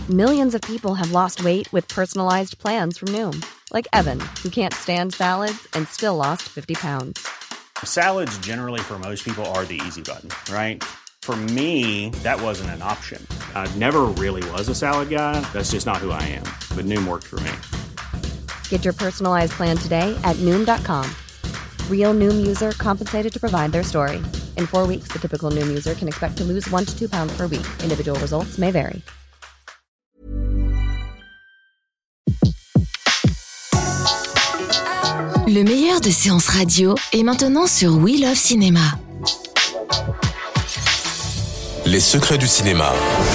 Millions of people have lost weight with personalized plans from Noom. Like Evan, who can't stand salads and still lost 50 pounds. Salads generally for most people are the easy button, right? For me, that wasn't an option. I never really was a salad guy. That's just not who I am. But Noom worked for me. Get your personalized plan today at Noom.com. Real Noom user compensated to provide their story. In 4 weeks, the typical Noom user can expect to lose 1 to 2 pounds per week. Individual results may vary. Le meilleur de séances radio est maintenant sur We Love Cinéma. Les secrets du cinéma.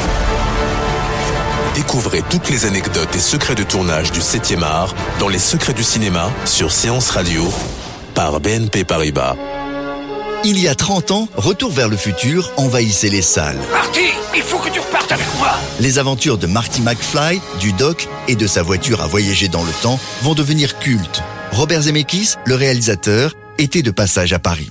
Découvrez toutes les anecdotes et secrets de tournage du 7e art dans Les secrets du cinéma sur Séance Radio par BNP Paribas. Il y a 30 ans, Retour vers le futur envahissait les salles. Marty, il faut que tu repartes avec moi. Les aventures de Marty McFly, du Doc et de sa voiture à voyager dans le temps vont devenir cultes. Robert Zemeckis, le réalisateur, était de passage à Paris.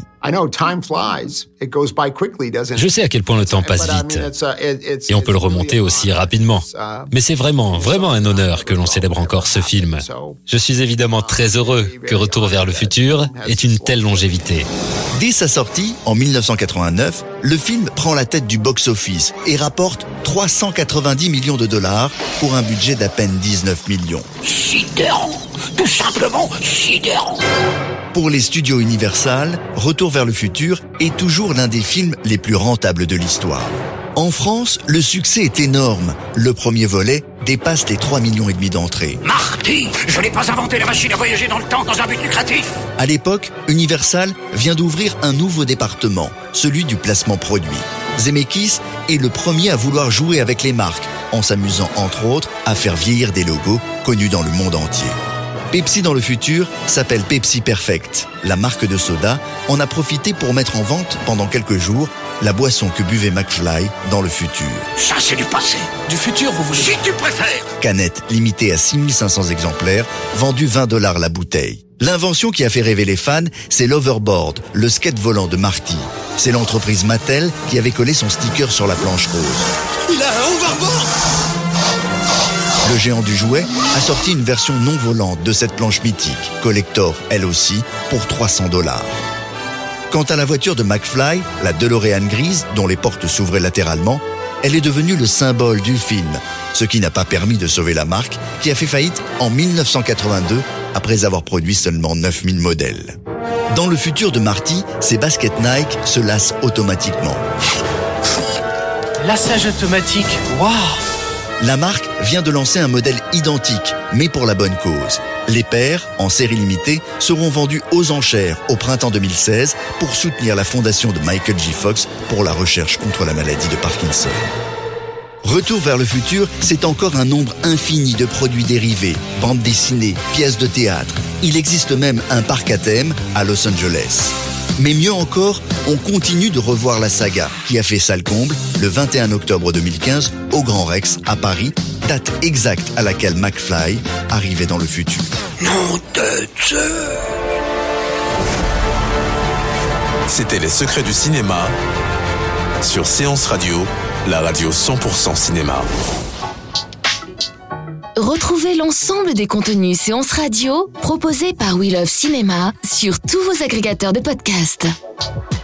Je sais à quel point le temps passe vite, et on peut le remonter aussi rapidement. Mais c'est vraiment un honneur que l'on célèbre encore ce film. Je suis évidemment très heureux que Retour vers le futur ait une telle longévité. Dès sa sortie, en 1989, le film prend la tête du box-office et rapporte 390 millions de dollars pour un budget d'à peine 19 millions. Sidérant, tout simplement sidérant. Pour les studios Universal, Retour vers le futur est toujours l'un des films les plus rentables de l'histoire. En France, le succès est énorme. Le premier volet dépasse les 3,5 millions d'entrées. Marty, je n'ai pas inventé la machine à voyager dans le temps dans un but lucratif. À l'époque, Universal vient d'ouvrir un nouveau département, celui du placement produit. Zemeckis est le premier à vouloir jouer avec les marques, en s'amusant entre autres à faire vieillir des logos connus dans le monde entier. Pepsi dans le futur s'appelle Pepsi Perfect. La marque de soda en a profité pour mettre en vente pendant quelques jours la boisson que buvait McFly dans le futur. Ça, c'est du passé. Du futur, vous voulez? Si tu préfères. Canette limitée à 6500 exemplaires, vendue $20 la bouteille. L'invention qui a fait rêver les fans, c'est l'Overboard, le skate volant de Marty. C'est l'entreprise Mattel qui avait collé son sticker sur la planche rose. Il a un overboard! Le géant du jouet a sorti une version non volante de cette planche mythique, collector elle aussi, pour $300. Quant à la voiture de McFly, la DeLorean grise, dont les portes s'ouvraient latéralement, elle est devenue le symbole du film, ce qui n'a pas permis de sauver la marque, qui a fait faillite en 1982, après avoir produit seulement 9000 modèles. Dans le futur de Marty, ses baskets Nike se lassent automatiquement. Lassage automatique, waouh! La marque vient de lancer un modèle identique, mais pour la bonne cause. Les paires, en série limitée, seront vendus aux enchères au printemps 2016 pour soutenir la fondation de Michael J. Fox pour la recherche contre la maladie de Parkinson. Retour vers le futur, c'est encore un nombre infini de produits dérivés, bandes dessinées, pièces de théâtre. Il existe même un parc à thème à Los Angeles. Mais mieux encore, on continue de revoir la saga qui a fait salle comble le 21 octobre 2015 au Grand Rex à Paris, date exacte à laquelle McFly arrivait dans le futur. Nom de Dieu! C'était Les secrets du cinéma sur Séance Radio, la radio 100% cinéma. Retrouvez l'ensemble des contenus séances radio proposés par We Love Cinéma sur tous vos agrégateurs de podcasts.